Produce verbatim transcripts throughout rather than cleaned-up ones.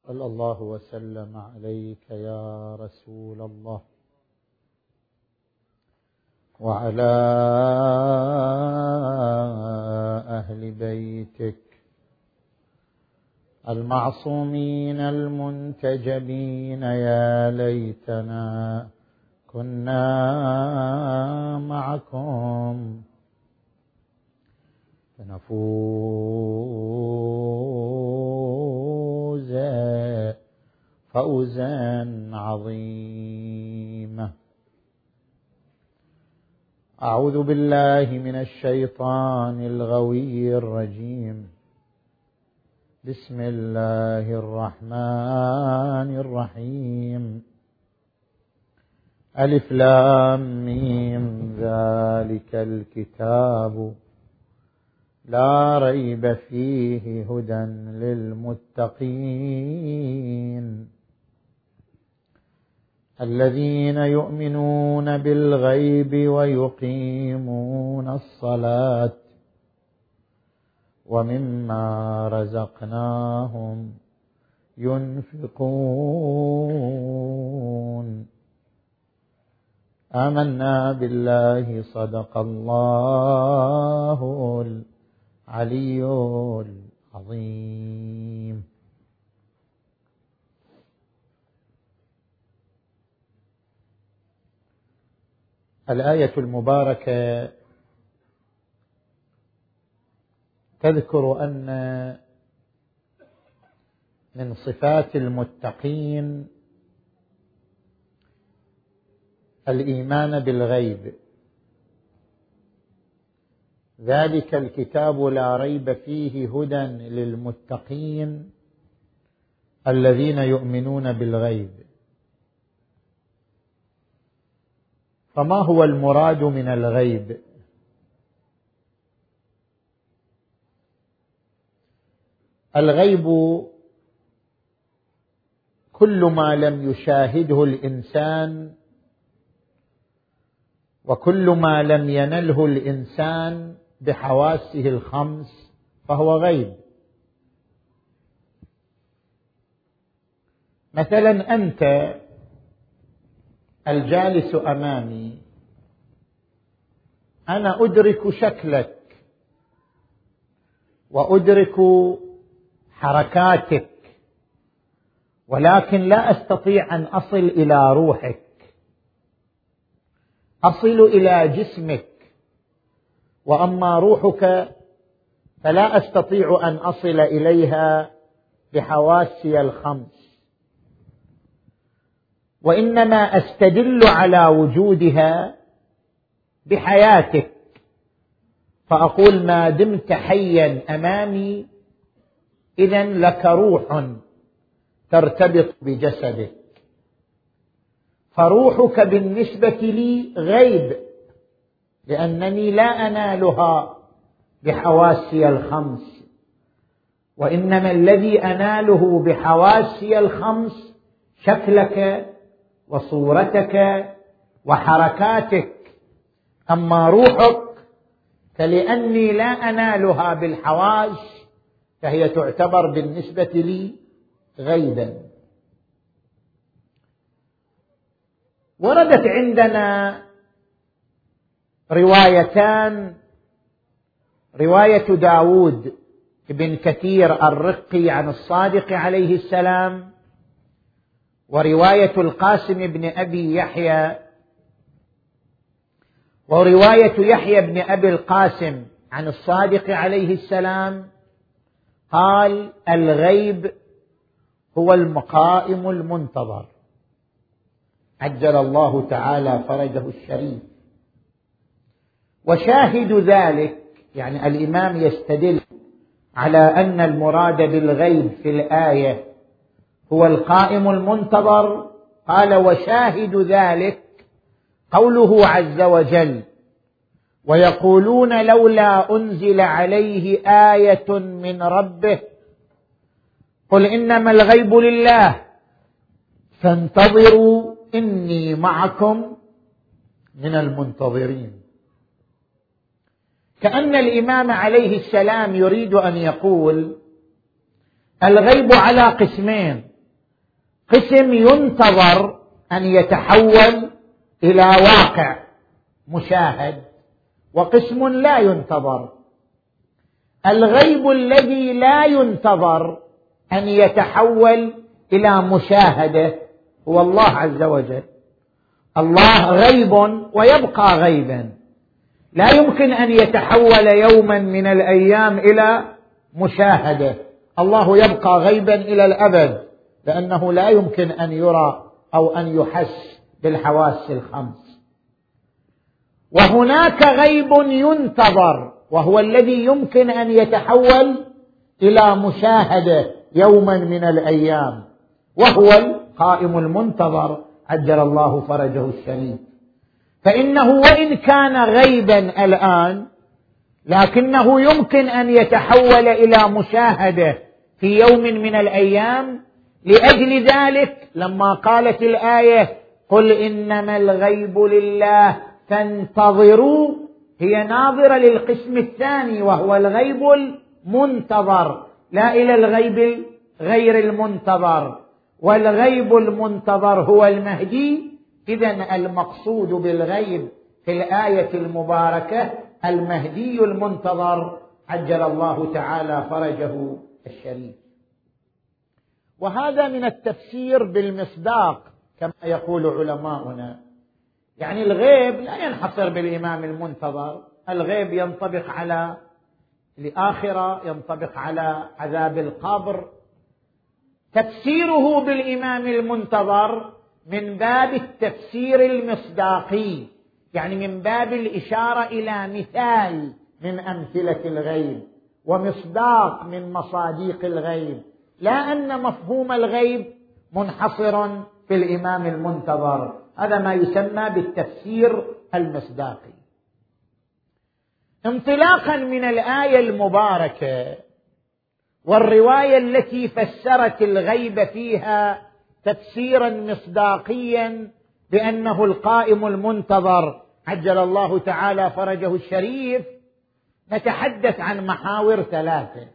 صلى الله وسلم عليك يا رسول الله وعلى أهل بيتك المعصومين المنتجبين. يا ليتنا كنا معكم فنفوز فوزا عظيما. أعوذ بالله من الشيطان الغوي الرجيم. بسم الله الرحمن الرحيم. ألف لام ميم ذلك الكتاب لا ريب فيه هدى للمتقين الذين يؤمنون بالغيب ويقيمون الصلاة ومما رزقناهم ينفقون. آمنا بالله صدق الله العلي العظيم. الآية المباركة تذكر أن من صفات المتقين الإيمان بالغيب. ذلك الكتاب لا ريب فيه هدى للمتقين الذين يؤمنون بالغيب. فما هو المراد من الغيب؟ الغيب كل ما لم يشاهده الإنسان وكل ما لم ينله الإنسان بحواسه الخمس فهو غيب. مثلا أنت الجالس أمامي أنا أدرك شكلك وأدرك حركاتك، ولكن لا أستطيع أن أصل إلى روحك، أصل إلى جسمك، وأما روحك فلا أستطيع أن أصل إليها بحواسي الخمس، وإنما أستدل على وجودها بحياتك، فأقول ما دمت حيا أمامي إذن لك روح ترتبط بجسدك، فروحك بالنسبة لي غيب لأنني لا أنالها بحواسي الخمس، وإنما الذي أناله بحواسي الخمس شكلك وصورتك وحركاتك. أما روحك فلأني لا أنالها بالحواس فهي تعتبر بالنسبة لي غيبا. وردت عندنا روايتان، رواية داود بن كثير الرقي عن الصادق عليه السلام، ورواية القاسم بن أبي يحيى، ورواية يحيى بن أبي القاسم عن الصادق عليه السلام. قال الغيب هو المقائم المنتظر عجل الله تعالى فرجه الشريف. وشاهد ذلك يعني الإمام يستدل على أن المراد بالغيب في الآية هو القائم المنتظر. قال وشاهد ذلك قوله عز وجل ويقولون لولا أنزل عليه آية من ربه قل إنما الغيب لله فانتظروا إني معكم من المنتظرين. كأن الإمام عليه السلام يريد أن يقول الغيب على قسمين: قسم ينتظر أن يتحول إلى واقع مشاهد، وقسم لا ينتظر. الغيب الذي لا ينتظر أن يتحول إلى مشاهدة هو الله عز وجل. الله غيب ويبقى غيبا، لا يمكن أن يتحول يوما من الأيام إلى مشاهدة. الله يبقى غيبا إلى الأبد، لأنه لا يمكن أن يرى أو أن يحس بالحواس الخمس. وهناك غيب ينتظر، وهو الذي يمكن أن يتحول إلى مشاهدة يوما من الأيام، وهو القائم المنتظر عجل الله فرجه الشريف. فإنه وإن كان غيبا الآن، لكنه يمكن أن يتحول إلى مشاهدة في يوم من الأيام. لأجل ذلك لما قالت الآية قل إنما الغيب لله فانتظروا، هي ناظرة للقسم الثاني وهو الغيب المنتظر، لا إلى الغيب غير المنتظر. والغيب المنتظر هو المهدي. إذن المقصود بالغيب في الآية المباركة المهدي المنتظر عجل الله تعالى فرجه الشريف. وهذا من التفسير بالمصداق كما يقول علماؤنا. يعني الغيب لا ينحصر بالإمام المنتظر، الغيب ينطبق على الآخرة، ينطبق على عذاب القبر. تفسيره بالإمام المنتظر من باب التفسير المصداقي، يعني من باب الإشارة إلى مثال من أمثلة الغيب ومصداق من مصاديق الغيب، لا أن مفهوم الغيب منحصر في الإمام المنتظر. هذا ما يسمى بالتفسير المصداقي. انطلاقا من الآية المباركة والرواية التي فسرت الغيب فيها تفسيرا مصداقيا بأنه القائم المنتظر عجل الله تعالى فرجه الشريف، نتحدث عن محاور ثلاثة.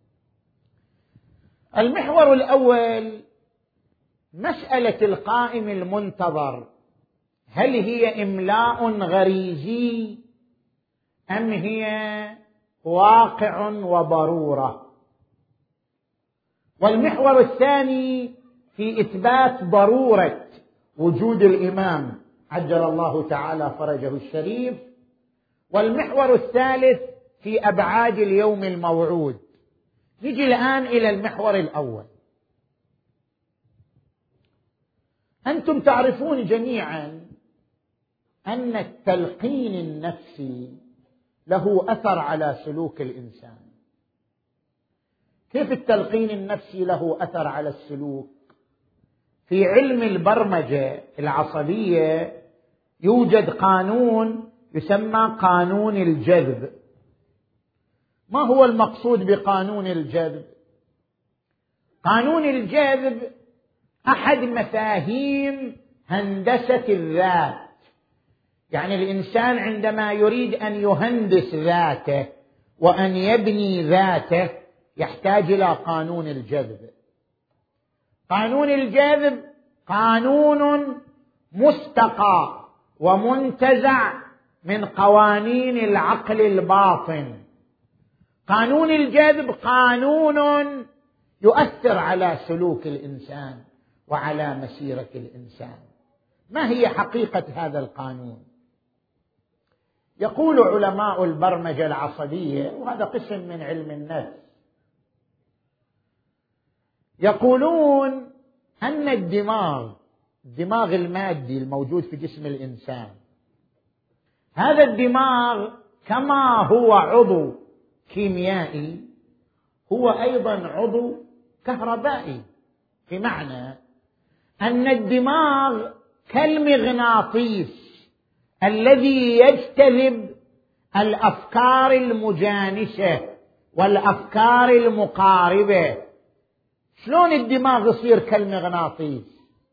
المحور الأول مسألة القائم المنتظر، هل هي إملاء غريزي أم هي واقع وضرورة؟ والمحور الثاني في إثبات ضرورة وجود الإمام عجل الله تعالى فرجه الشريف. والمحور الثالث في أبعاد اليوم الموعود. نجي الآن إلى المحور الأول. أنتم تعرفون جميعا أن التلقين النفسي له أثر على سلوك الإنسان. كيف التلقين النفسي له أثر على السلوك؟ في علم البرمجة العصبية يوجد قانون يسمى قانون الجذب. ما هو المقصود بقانون الجذب؟ قانون الجذب أحد مفاهيم هندسة الذات. يعني الإنسان عندما يريد أن يهندس ذاته وأن يبني ذاته يحتاج إلى قانون الجذب. قانون الجذب قانون مستقى ومنتزع من قوانين العقل الباطن. قانون الجذب قانون يؤثر على سلوك الإنسان وعلى مسيرة الإنسان. ما هي حقيقة هذا القانون؟ يقول علماء البرمجة العصبية، وهذا قسم من علم النفس، يقولون أن الدماغ الدماغ المادي الموجود في جسم الإنسان، هذا الدماغ كما هو عضو كيميائي هو أيضا عضو كهربائي، بمعنى أن الدماغ كالمغناطيس الذي يجتذب الأفكار المجانسة والأفكار المقاربة. شلون الدماغ يصير كالمغناطيس؟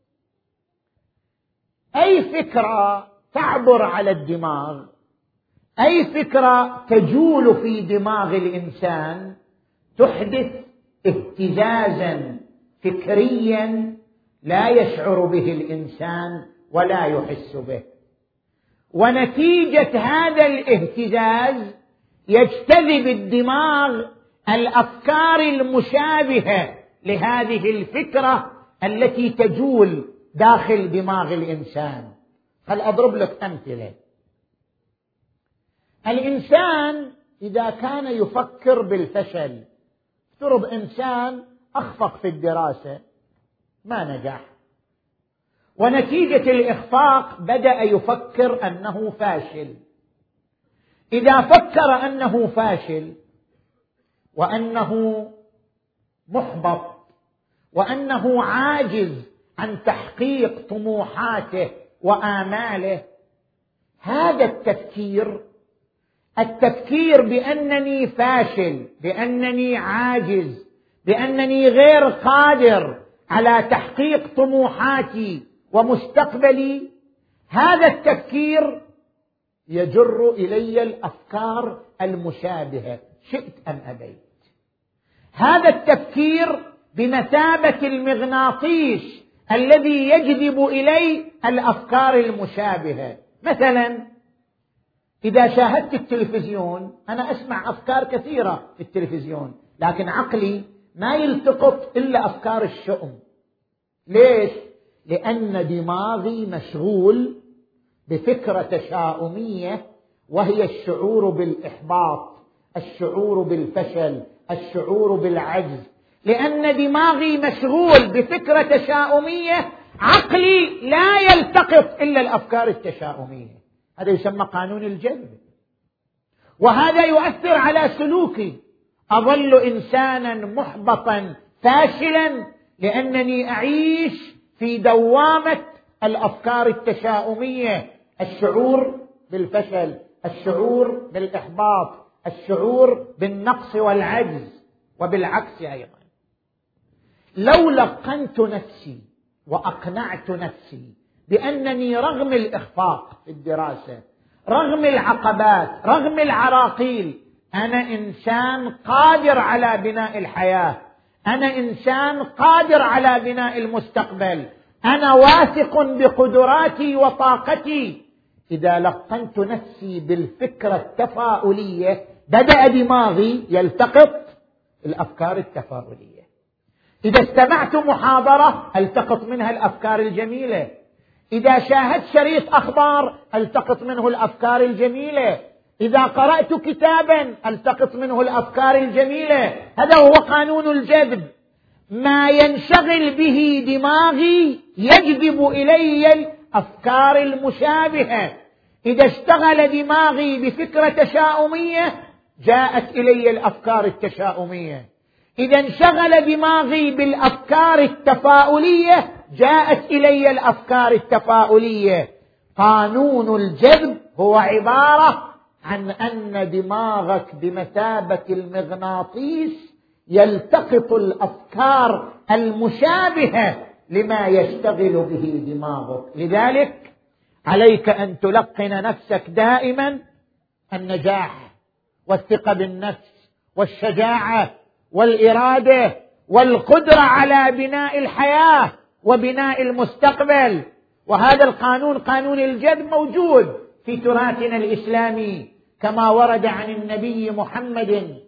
أي فكرة تعبر على الدماغ، أي فكرة تجول في دماغ الإنسان تحدث اهتزازا فكريا لا يشعر به الإنسان ولا يحس به. ونتيجة هذا الاهتزاز يجتذب الدماغ الأفكار المشابهة لهذه الفكرة التي تجول داخل دماغ الإنسان. هل أضرب لك أمثلة؟ الإنسان إذا كان يفكر بالفشل، افترض إنسان أخفق في الدراسة ما نجح، ونتيجة الإخفاق بدأ يفكر أنه فاشل. إذا فكر أنه فاشل وأنه محبط وأنه عاجز عن تحقيق طموحاته وآماله، هذا التفكير التفكير بأنني فاشل، بأنني عاجز، بأنني غير قادر على تحقيق طموحاتي ومستقبلي، هذا التفكير يجر إلي الأفكار المشابهة شئت أم أبيت. هذا التفكير بمثابة المغناطيس الذي يجذب إلي الأفكار المشابهة. مثلا إذا شاهدت التلفزيون أنا أسمع أفكار كثيرة في التلفزيون، لكن عقلي ما يلتقط إلا أفكار الشؤم. ليش؟ لأن دماغي مشغول بفكرة تشاؤمية، وهي الشعور بالإحباط، الشعور بالفشل، الشعور بالعجز. لأن دماغي مشغول بفكرة تشاؤمية، عقلي لا يلتقط إلا الأفكار التشاؤمية. هذا يسمى قانون الجذب، وهذا يؤثر على سلوكي. أظل إنسانا محبطا فاشلا لأنني أعيش في دوامة الأفكار التشاؤمية، الشعور بالفشل، الشعور بالإحباط، الشعور بالنقص والعجز. وبالعكس أيضا، لو لقنت نفسي وأقنعت نفسي بأنني رغم الإخفاق في الدراسة، رغم العقبات، رغم العراقيل، أنا إنسان قادر على بناء الحياة، أنا إنسان قادر على بناء المستقبل، أنا واثق بقدراتي وطاقتي. إذا لقنت نفسي بالفكرة التفاؤلية بدأ دماغي يلتقط الأفكار التفاؤلية. إذا استمعت محاضرة التقط منها الأفكار الجميلة، إذا شاهدت شريط أخبار التقط منه الأفكار الجميلة، إذا قرأت كتابا التقط منه الأفكار الجميلة. هذا هو قانون الجذب. ما ينشغل به دماغي يجذب إلي الأفكار المشابهة. إذا اشتغل دماغي بفكرة تشاؤمية جاءت إلي الأفكار التشاؤمية. إذا انشغل دماغي بالأفكار التفاؤلية جاءت إلي الأفكار التفاؤلية. قانون الجذب هو عبارة عن أن دماغك بمثابة المغناطيس يلتقط الأفكار المشابهة لما يشتغل به دماغك. لذلك عليك أن تلقن نفسك دائما النجاح والثقة بالنفس والشجاعة والإرادة والقدرة على بناء الحياة وبناء المستقبل. وهذا القانون، قانون الجذب، موجود في تراثنا الإسلامي كما ورد عن النبي محمد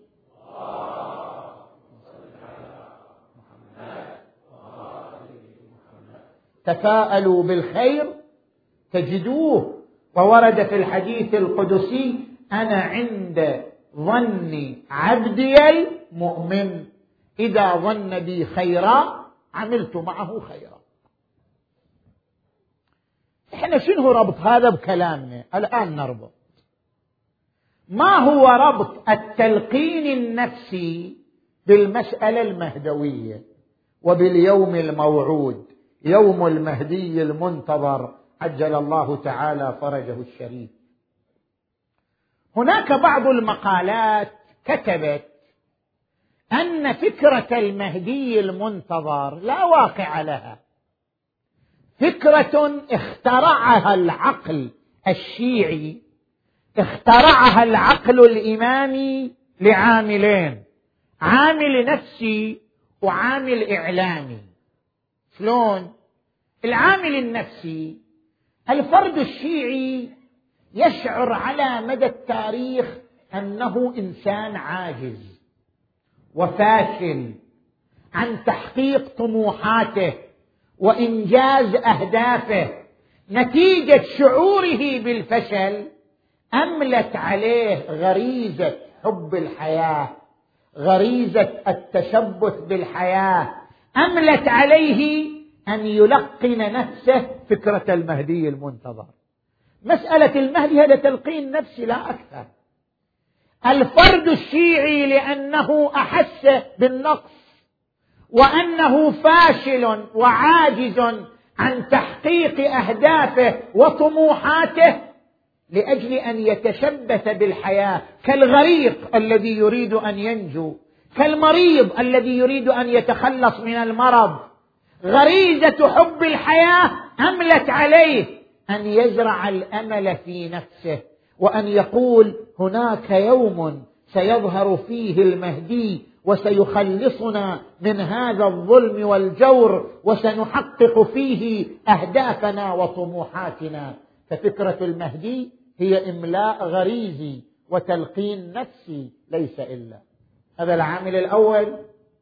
تفاءلوا بالخير تجدوه. وورد في الحديث القدسي أنا عند ظن عبدي المؤمن، إذا ظن بي خيرا عملت معه خيرا. احنا شنو ربط هذا بكلامنا الآن؟ نربط. ما هو ربط التلقين النفسي بالمسألة المهدوية وباليوم الموعود، يوم المهدي المنتظر عجل الله تعالى فرجه الشريف؟ هناك بعض المقالات كتبت أن فكرة المهدي المنتظر لا واقع لها، فكرة اخترعها العقل الشيعي، اخترعها العقل الإمامي لعاملين، عامل نفسي وعامل إعلامي. شلون؟ العامل النفسي، الفرد الشيعي يشعر على مدى التاريخ أنه إنسان عاجز وفاشل عن تحقيق طموحاته وإنجاز أهدافه. نتيجة شعوره بالفشل أملت عليه غريزة حب الحياة، غريزة التشبث بالحياة، أملت عليه أن يلقن نفسه فكرة المهدي المنتظر. مسألة المهدي هذا تلقين نفسي لا أكثر. الفرد الشيعي لأنه أحس بالنقص وأنه فاشل وعاجز عن تحقيق أهدافه وطموحاته، لأجل أن يتشبث بالحياة كالغريق الذي يريد أن ينجو، كالمريض الذي يريد أن يتخلص من المرض. غريزة حب الحياة أملت عليه أن يزرع الأمل في نفسه، وأن يقول هناك يوم سيظهر فيه المهدي وسيخلصنا من هذا الظلم والجور، وسنحقق فيه أهدافنا وطموحاتنا. ففكرة المهدي هي إملاء غريزي وتلقين نفسي ليس إلا. هذا العامل الأول.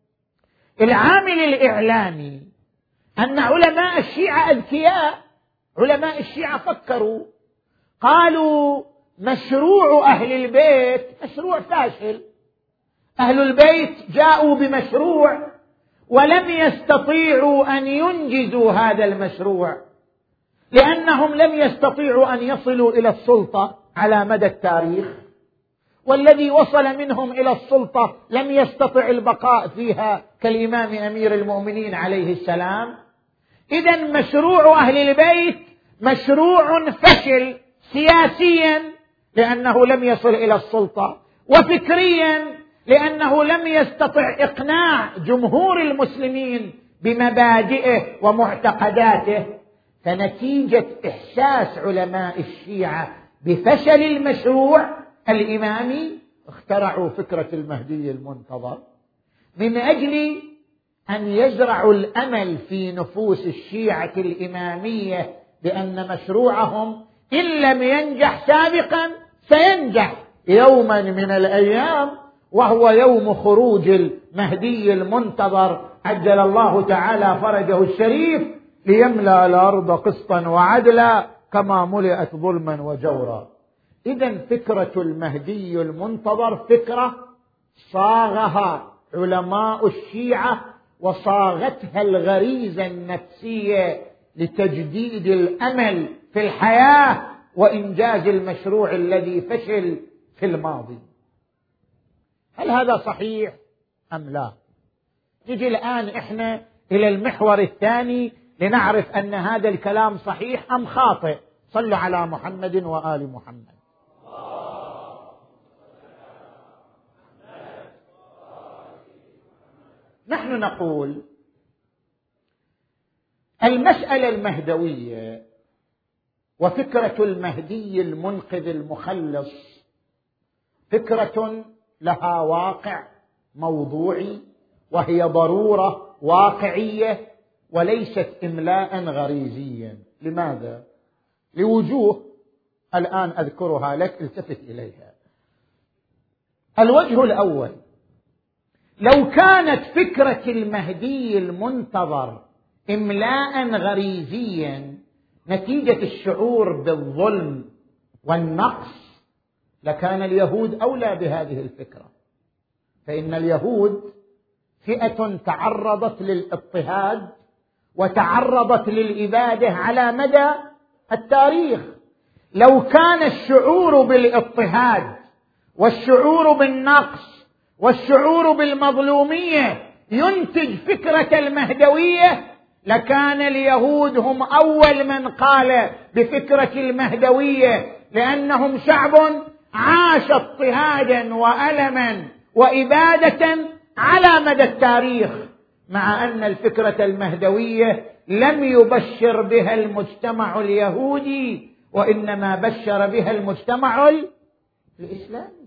العامل الإعلامي أن علماء الشيعة أذكياء، علماء الشيعة فكروا، قالوا مشروع أهل البيت مشروع فاشل. أهل البيت جاءوا بمشروع ولم يستطيعوا أن ينجزوا هذا المشروع، لأنهم لم يستطيعوا أن يصلوا إلى السلطة على مدى التاريخ، والذي وصل منهم إلى السلطة لم يستطع البقاء فيها كالإمام أمير المؤمنين عليه السلام. إذن مشروع أهل البيت مشروع فشل سياسيا لأنه لم يصل إلى السلطة، وفكريا لأنه لم يستطع إقناع جمهور المسلمين بمبادئه ومعتقداته. فنتيجة إحساس علماء الشيعة بفشل المشروع الإمامي اخترعوا فكرة المهدي المنتظر، من أجل أن يزرعوا الأمل في نفوس الشيعة الإمامية بأن مشروعهم إن لم ينجح سابقا سينجح يوما من الأيام، وهو يوم خروج المهدي المنتظر عجل الله تعالى فرجه الشريف ليملأ الأرض قسطا وعدلا كما ملئت ظلما وجورا. إذن فكرة المهدي المنتظر فكرة صاغها علماء الشيعة وصاغتها الغريزة النفسية لتجديد الأمل في الحياة وإنجاز المشروع الذي فشل في الماضي. هل هذا صحيح أم لا؟ نجي الآن إحنا إلى المحور الثاني لنعرف أن هذا الكلام صحيح أم خاطئ. صلوا على محمد وآل محمد. نحن نقول المسألة المهدوية وفكرة المهدي المنقذ المخلص فكرة لها واقع موضوعي، وهي ضرورة واقعية وليست إملاء غريزيا. لماذا؟ لوجوه الآن أذكرها لك، التفت إليها. الوجه الأول، لو كانت فكرة المهدي المنتظر إملاء غريزيا نتيجة الشعور بالظلم والنقص لكان اليهود أولى بهذه الفكرة، فإن اليهود فئة تعرضت للاضطهاد وتعرضت للإبادة على مدى التاريخ. لو كان الشعور بالاضطهاد والشعور بالنقص والشعور بالمظلومية ينتج فكرة المهدوية لكان اليهود هم أول من قال بفكرة المهدوية، لأنهم شعب عاش اضطهادا وألما وإبادة على مدى التاريخ، مع أن الفكرة المهدوية لم يبشر بها المجتمع اليهودي وإنما بشر بها المجتمع الإسلامي.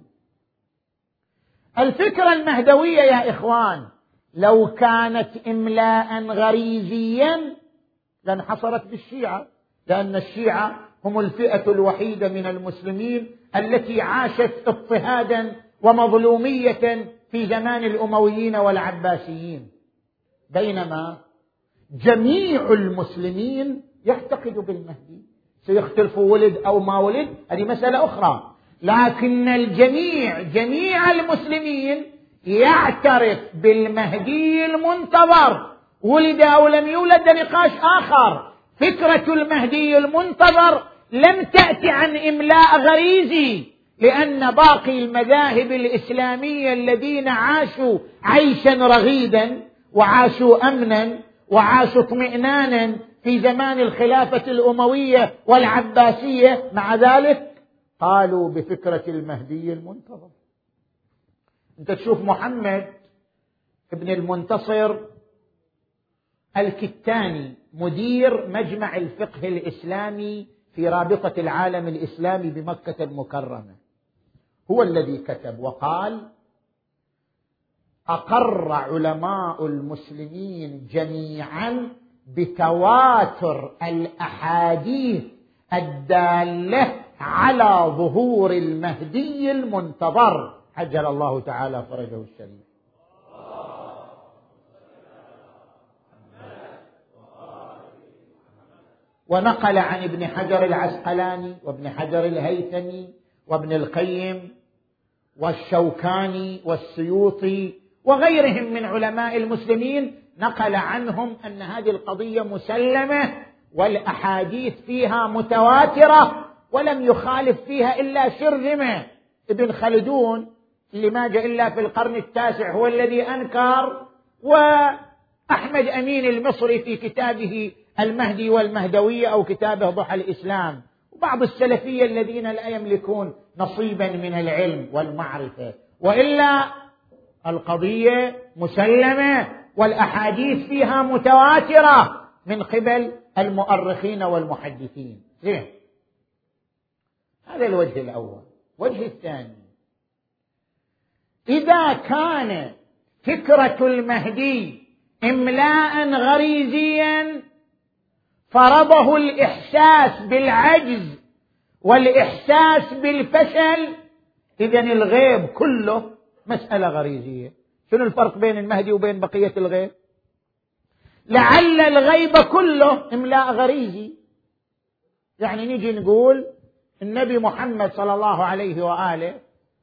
الفكرة المهدوية يا إخوان لو كانت إملاء غريزيا لانحصرت بالشيعة، لأن الشيعة هم الفئة الوحيدة من المسلمين التي عاشت اضطهادا ومظلومية في زمان الأمويين والعباسيين، بينما جميع المسلمين يعتقدوا بالمهدي. سيختلف ولد أو ما ولد هذه مسألة أخرى، لكن الجميع جميع المسلمين يعترف بالمهدي المنتظر، ولد أو لم يولد نقاش آخر. فكرة المهدي المنتظر لم تأتي عن إملاء غريزي، لأن باقي المذاهب الإسلامية الذين عاشوا عيشا رغيدا وعاشوا أمنا وعاشوا اطمئنانا في زمان الخلافة الأموية والعباسية، مع ذلك قالوا بفكرة المهدي المنتظر. أنت تشوف محمد ابن المنتصر الكتاني مدير مجمع الفقه الإسلامي في رابطة العالم الإسلامي بمكة المكرمة، هو الذي كتب وقال: أقر علماء المسلمين جميعا بتواتر الأحاديث الدالة على ظهور المهدي المنتظر عجل الله تعالى فرجه الشريف. ونقل عن ابن حجر العسقلاني وابن حجر الهيثمي وابن القيم والشوكاني والسيوطي وغيرهم من علماء المسلمين، نقل عنهم أن هذه القضية مسلمة والأحاديث فيها متواترة ولم يخالف فيها إلا شرذمة. ابن خلدون اللي ما جاء إلا في القرن التاسع هو الذي أنكر، وأحمد أمين المصري في كتابه المهدي والمهدوية أو كتابه ضحى الإسلام، وبعض السلفية الذين لا يملكون نصيبا من العلم والمعرفة. وإلا القضية مسلمة والأحاديث فيها متواترة من قبل المؤرخين والمحدثين. زين، هذا الوجه الأول. الوجه الثاني: إذا كان فكرة المهدي إملاء غريزيا فرضه الإحساس بالعجز والإحساس بالفشل، إذن الغيب كله مسألة غريزية. شنو الفرق بين المهدي وبين بقية الغيب؟ لعل الغيب كله إملاء غريزي، يعني نيجي نقول النبي محمد صلى الله عليه وآله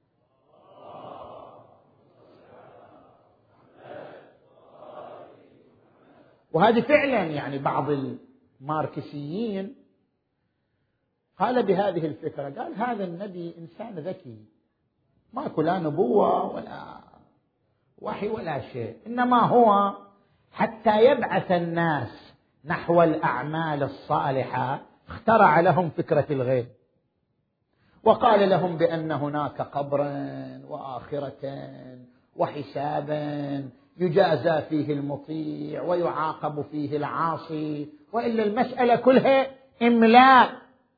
وهذه فعلا يعني بعض الماركسيين قال بهذه الفكرة، قال هذا النبي إنسان ذكي، ماكو لا نبوة ولا وحي ولا شيء، إنما هو حتى يبعث الناس نحو الأعمال الصالحة اخترع لهم فكرة الغيب، وقال لهم بأن هناك قبرا وآخرة وحسابا يجازى فيه المطيع ويعاقب فيه العاصي، وإلا المسألة كلها إملاء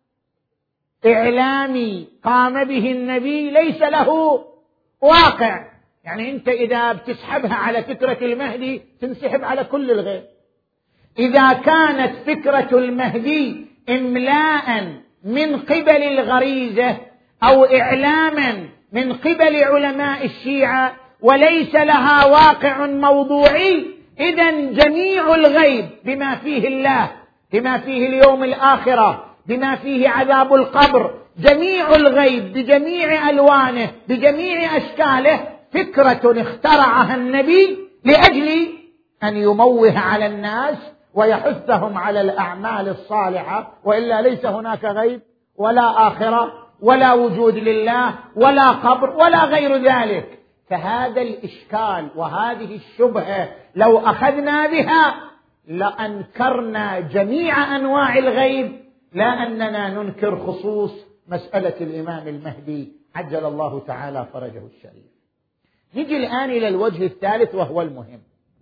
إعلامي قام به النبي ليس له واقع. يعني أنت إذا بتسحبها على فكرة المهدي تنسحب على كل الغيب. إذا كانت فكرة المهدي إملاء من قبل الغريزة أو إعلاما من قبل علماء الشيعة وليس لها واقع موضوعي، إذن جميع الغيب بما فيه الله، بما فيه اليوم الآخرة، بما فيه عذاب القبر، جميع الغيب بجميع ألوانه بجميع أشكاله فكرة اخترعها النبي لأجل أن يموه على الناس ويحثهم على الأعمال الصالحة، وإلا ليس هناك غيب ولا آخرة ولا وجود لله ولا قبر ولا غير ذلك. فهذا الإشكال وهذه الشبهة لو أخذنا بها لأنكرنا جميع أنواع الغيب، لا أننا ننكر خصوص مسألة الإمام المهدي عجل الله تعالى فرجه الشريف. نجي الآن إلى الوجه الثالث وهو المهم.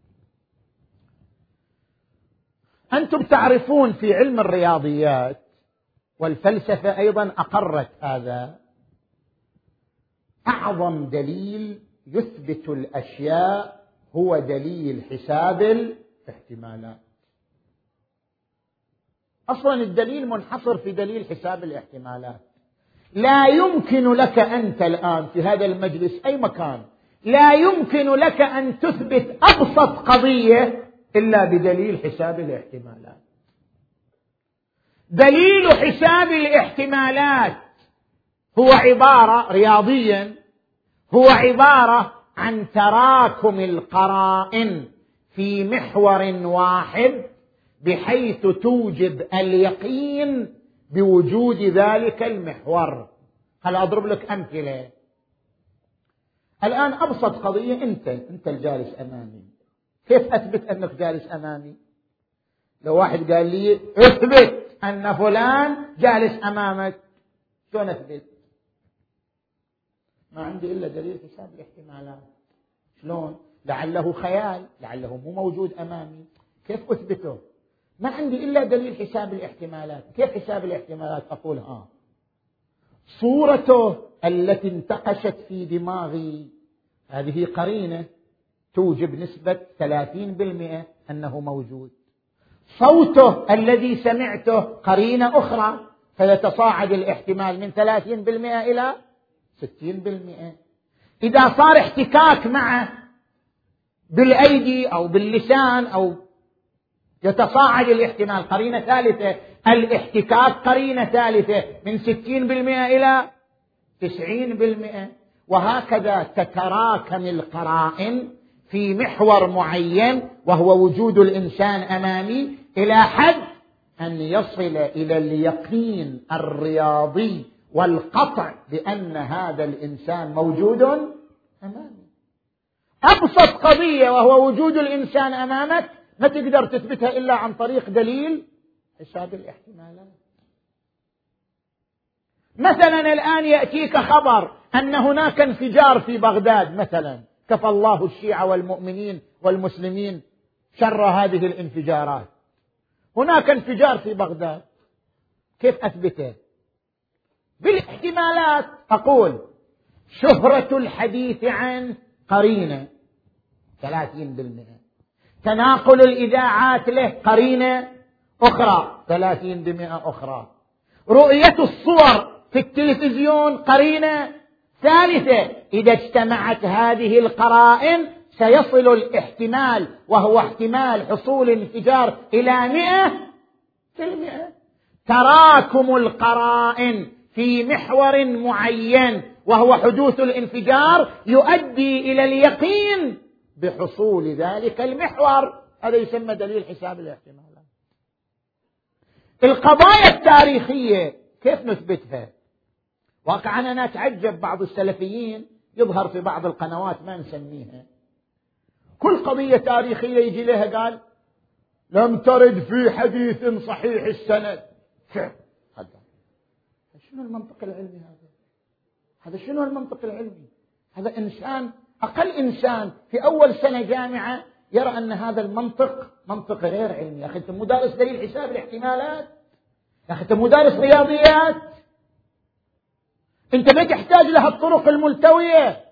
أنتم تعرفون في علم الرياضيات والفلسفة أيضا أقرت هذا، أعظم دليل يثبت الأشياء هو دليل حساب الاحتمالات. أصلا الدليل منحصر في دليل حساب الاحتمالات. لا يمكن لك أنت الآن في هذا المجلس أي مكان لا يمكن لك أن تثبت أبسط قضية إلا بدليل حساب الاحتمالات. دليل حساب الاحتمالات هو عبارة رياضيا هو عبارة عن تراكم القرائن في محور واحد بحيث توجب اليقين بوجود ذلك المحور. هل أضرب لك أمثلة؟ الآن أبسط قضية، أنت أنت الجالس أمامي، كيف أثبت أنك جالس أمامي؟ لو واحد قال لي اثبت أن فلان جالس أمامك، شلون أثبت؟ ما عندي إلا دليل حساب الاحتمالات. شلون؟ لعله خيال، لعله مو موجود أمامي، كيف أثبته؟ ما عندي إلا دليل حساب الاحتمالات. كيف حساب الاحتمالات؟ أقول ها صورته التي انتقشت في دماغي هذه قرينة توجب نسبة ثلاثين بالمئة أنه موجود. صوته الذي سمعته قرينة أخرى فيتصاعد الاحتمال من ثلاثين بالمئة إلى ستين بالمئة. إذا صار احتكاك معه بالأيدي أو باللسان أو يتصاعد الاحتمال. قرينة ثالثة الاحتكاك قرينة ثالثة من ستين بالمئة إلى تسعين بالمئة. وهكذا تتراكم القرائن في محور معين وهو وجود الإنسان أمامي إلى حد أن يصل إلى اليقين الرياضي والقطع بأن هذا الإنسان موجود أمامي. أبسط قضية وهو وجود الإنسان أمامك ما تقدر تثبتها إلا عن طريق دليل حساب الاحتمالات. مثلا الآن يأتيك خبر أن هناك انفجار في بغداد مثلا، كفى الله الشيعة والمؤمنين والمسلمين شر هذه الانفجارات. هناك انفجار في بغداد، كيف أثبته؟ بالاحتمالات. أقول شهرة الحديث عن قرينة ثلاثين بالمئة، تناقل الإذاعات له قرينة أخرى ثلاثين بالمئة أخرى، رؤية الصور في التلفزيون قرينة ثالثة. إذا اجتمعت هذه القرائن سيصل الاحتمال وهو احتمال حصول انفجار إلى مئة في المئة. تراكم القرائن في محور معين وهو حدوث الانفجار يؤدي إلى اليقين بحصول ذلك المحور. هذا يسمى دليل حساب الاحتمالات. القضايا التاريخية كيف نثبتها؟ واقعا أنا أتعجب بعض السلفيين يظهر في بعض القنوات ما نسميها، كل قضية تاريخية يجي لها قال لم ترد في حديث صحيح السند. شنو المنطق العلمي هذا؟ هذا شنو المنطق العلمي؟ هذا إنسان أقل إنسان في أول سنة جامعة يرى أن هذا المنطق منطق غير علمي. يا أخي أنت مدارس دليل حساب الاحتمالات، يا أخي أنت مدارس رياضيات، أنت ما تحتاج لها الطرق الملتوية.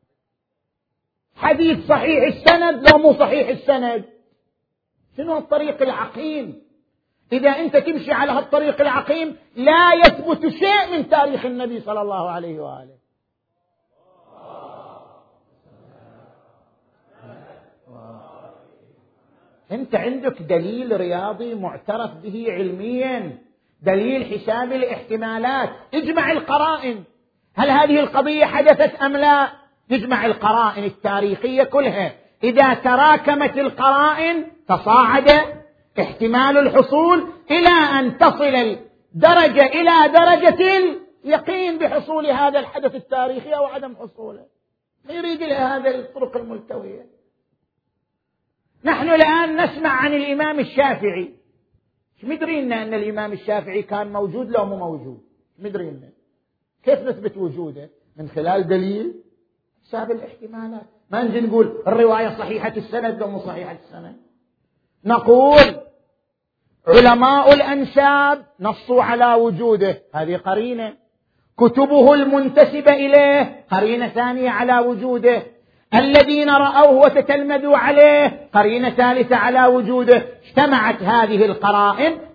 حديث صحيح السند لو مو صحيح السند، شنو الطريق العقيم؟ إذا أنت تمشي على هالطريق العقيم لا يثبت شيء من تاريخ النبي صلى الله عليه وآله. أنت عندك دليل رياضي معترف به علميا، دليل حساب الاحتمالات. اجمع القرائن، هل هذه القضية حدثت أم لا؟ يجمع القرائن التاريخية كلها، إذا تراكمت القرائن تصاعد احتمال الحصول إلى أن تصل الدرجة إلى درجة اليقين بحصول هذا الحدث التاريخي أو عدم حصوله. ما يريد له هذا الطرق الملتوية. نحن الآن نسمع عن الإمام الشافعي، مدرينا أن الإمام الشافعي كان موجود لو مو موجود؟ مدرينا كيف نثبت وجوده؟ من خلال دليل حساب الاحتمالات. ما نجي نقول الرواية صحيحة السند لو مو صحيحة السند. نقول علماء الأنساب نصوا على وجوده، هذه قرينة. كتبه المنتسبة إليه قرينة ثانية على وجوده. الذين رأوه وتتلمذوا عليه قرينة ثالثة على وجوده. اجتمعت هذه القرائن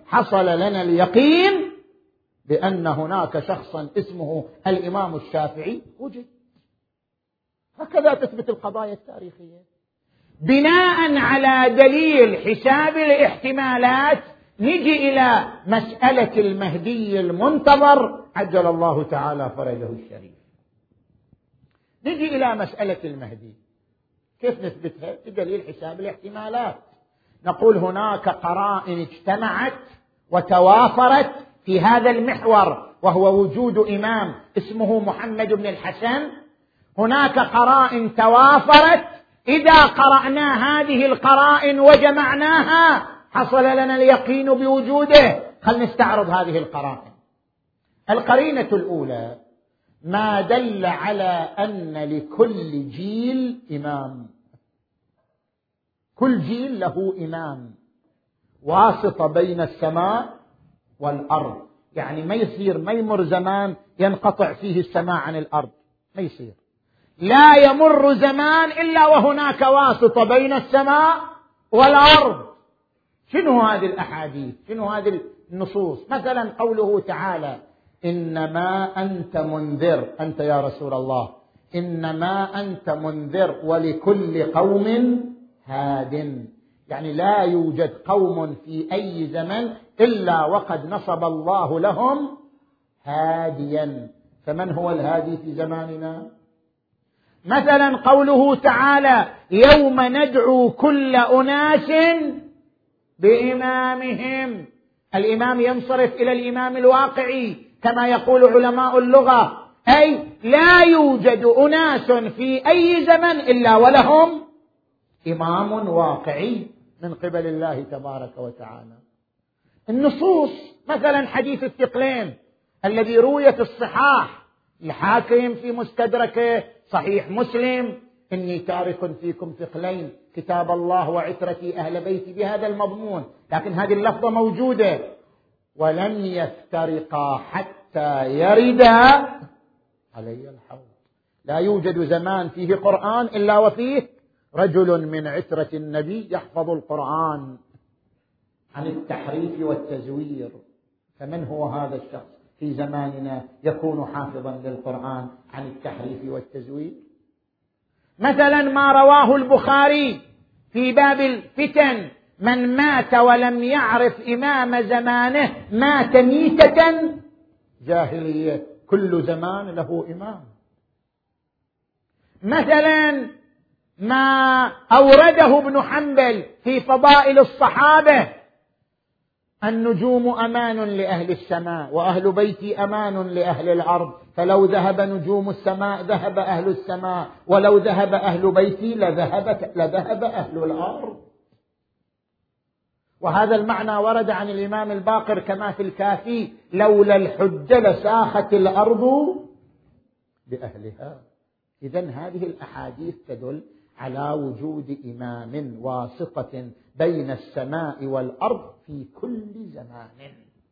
حصل لنا اليقين بأن هناك شخصا اسمه الإمام الشافعي وجد. هكذا تثبت القضايا التاريخية بناء على دليل حساب الاحتمالات. نجي إلى مسألة المهدي المنتظر عجل الله تعالى فرجه الشريف. نجي إلى مسألة المهدي، كيف نثبتها؟ بدليل حساب الاحتمالات. نقول هناك قرائن اجتمعت وتوافرت في هذا المحور، وهو وجود إمام اسمه محمد بن الحسن. هناك قرائن توافرت، إذا قرأنا هذه القرائن وجمعناها حصل لنا اليقين بوجوده. خلنا نستعرض هذه القرائن. القرينة الأولى ما دل على أن لكل جيل إمام، كل جيل له إمام واسطة بين السماء والأرض. يعني ما يصير ما يمر زمان ينقطع فيه السماء عن الأرض، ما يصير. لا يمر زمان إلا وهناك واسطة بين السماء والأرض. شنو هذه الأحاديث؟ شنو هذه النصوص؟ مثلا قوله تعالى إنما أنت منذر، أنت يا رسول الله إنما أنت منذر ولكل قوم هاد. يعني لا يوجد قوم في أي زمن إلا وقد نصب الله لهم هاديا. فمن هو الهادي في زماننا؟ مثلا قوله تعالى يوم ندعو كل أناس بإمامهم. الإمام ينصرف إلى الإمام الواقعي كما يقول علماء اللغة، أي لا يوجد أناس في أي زمن إلا ولهم إمام واقعي من قبل الله تبارك وتعالى. النصوص مثلا حديث الثقلين الذي روي في الصحاح، الحاكم في مستدركه، صحيح مسلم، إني تارك فيكم ثقلين كتاب الله وعترتي أهل بيتي، بهذا المضمون. لكن هذه اللفظة موجودة، ولن يفترقا حتى يردا علي الحوض. لا يوجد زمان فيه قرآن إلا وفيه رجل من عترة النبي يحفظ القرآن عن التحريف والتزوير. فمن هو هذا الشخص في زماننا يكون حافظا للقرآن عن التحريف والتزوير؟ مثلا ما رواه البخاري في باب الفتن، من مات ولم يعرف إمام زمانه مات ميتة جاهلية. كل زمان له إمام. مثلا ما أورده ابن حنبل في فضائل الصحابة، النجوم أمان لأهل السماء وأهل بيتي أمان لأهل الأرض، فلو ذهب نجوم السماء ذهب أهل السماء، ولو ذهب أهل بيتي لذهب, لذهب أهل الأرض. وهذا المعنى ورد عن الإمام الباقر كما في الكافي، لولا الحجة لساخت الأرض بأهلها. إذن هذه الأحاديث تدل على وجود إمام واسطة بين السماء والأرض في كل زمان،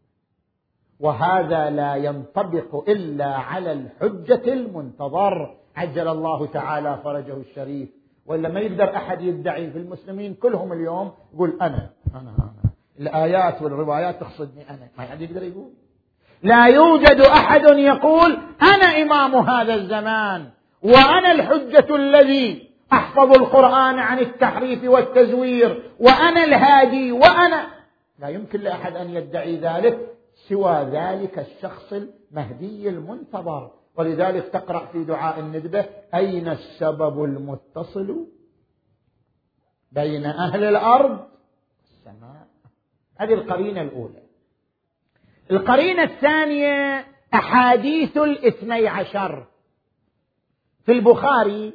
وهذا لا ينطبق إلا على الحجة المنتظر عجل الله تعالى فرجه الشريف. وإلا ما يقدر أحد يدعي في المسلمين كلهم اليوم يقول أنا أنا أنا الآيات والروايات تقصدني أنا، ما حد يقدر يقول. لا يوجد أحد يقول أنا إمام هذا الزمان وأنا الحجة الذي أحفظ القرآن عن التحريف والتزوير وأنا الهادي وأنا. لا يمكن لأحد أن يدعي ذلك سوى ذلك الشخص المهدي المنتظر. ولذلك تقرأ في دعاء الندبة أين السبب المتصل بين أهل الأرض والسماء. هذه القرينة الأولى. القرينة الثانية أحاديث الاثني عشر في البخاري،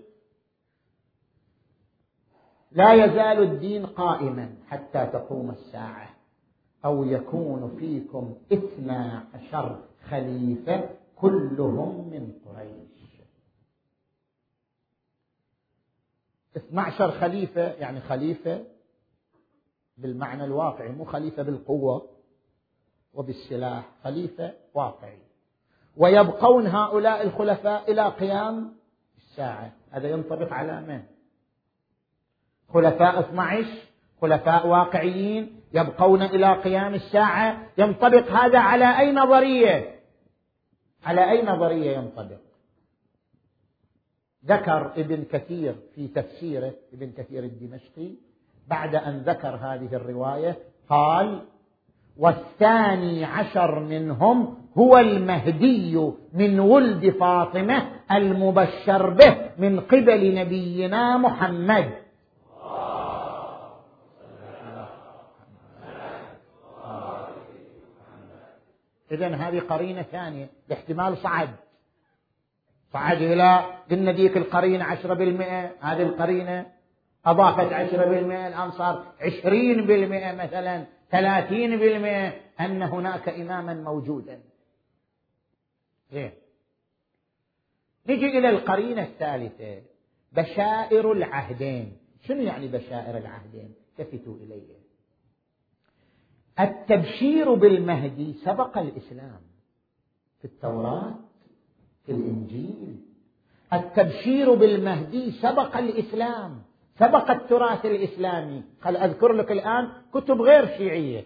لا يزال الدين قائما حتى تقوم الساعة، أو يكون فيكم اثنى عشر خليفة كلهم من قريش. اثنى عشر خليفة يعني خليفة بالمعنى الواقعي، مو خليفة بالقوة وبالسلاح، خليفة واقعي. ويبقون هؤلاء الخلفاء إلى قيام الساعة. هذا ينطبق على من؟ خلفاء اثني عشر خلفاء واقعيين يبقون إلى قيام الساعة. ينطبق هذا على أي نظرية؟ على أي نظرية ينطبق؟ ذكر ابن كثير في تفسيره، ابن كثير الدمشقي، بعد أن ذكر هذه الرواية قال: والثاني عشر منهم هو المهدي من ولد فاطمة المبشر به من قبل نبينا محمد. إذن هذه قرينة ثانية باحتمال صعد صعد إلى قلنا ذيك القرينة عشرة بالمئة، هذه القرينة أضافت عشرة بالمئة، الآن صار عشرين بالمئة مثلا ثلاثين بالمئة أن هناك إماما موجودا. زين، نجي إلى القرينة الثالثة، بشائر العهدين. شنو يعني بشائر العهدين؟ التفتوا إليه. التبشير بالمهدي سبق الإسلام في التوراة، في الإنجيل. التبشير بالمهدي سبق الإسلام، سبق التراث الإسلامي. خل أذكر لك الآن كتب غير شيعية.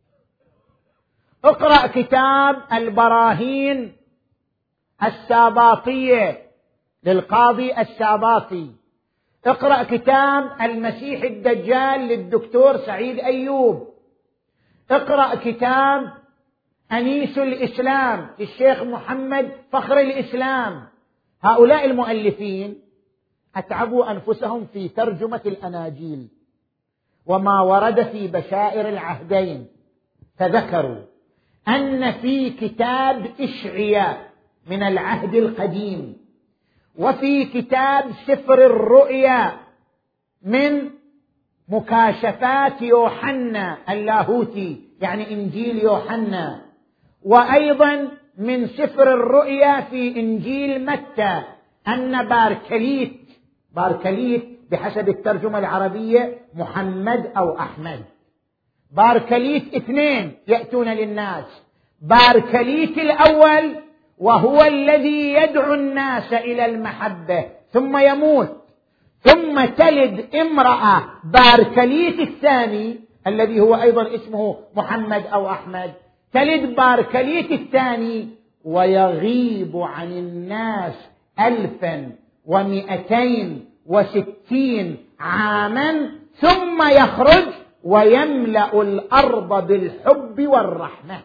اقرأ كتاب البراهين الساباطية للقاضي الساباطي، اقرأ كتاب المسيح الدجال للدكتور سعيد أيوب، اقرأ كتاب أنيس الإسلام للشيخ محمد فخر الإسلام. هؤلاء المؤلفين أتعبوا أنفسهم في ترجمة الأناجيل وما ورد في بشائر العهدين، فذكروا أن في كتاب إشعياء من العهد القديم، وفي كتاب سفر الرؤيا من مكاشفات يوحنا اللاهوتي يعني إنجيل يوحنا، وأيضا من سفر الرؤيا في إنجيل متى أن باركليت باركليت بحسب الترجمة العربية محمد أو أحمد. باركليت اثنين يأتون للناس، باركليت الأول وهو الذي يدعو الناس إلى المحبة ثم يموت، ثم تلد امرأة باركليت الثاني الذي هو أيضا اسمه محمد أو أحمد، تلد باركليت الثاني ويغيب عن الناس ألفا ومئتين وستين عاما، ثم يخرج ويملأ الأرض بالحب والرحمة.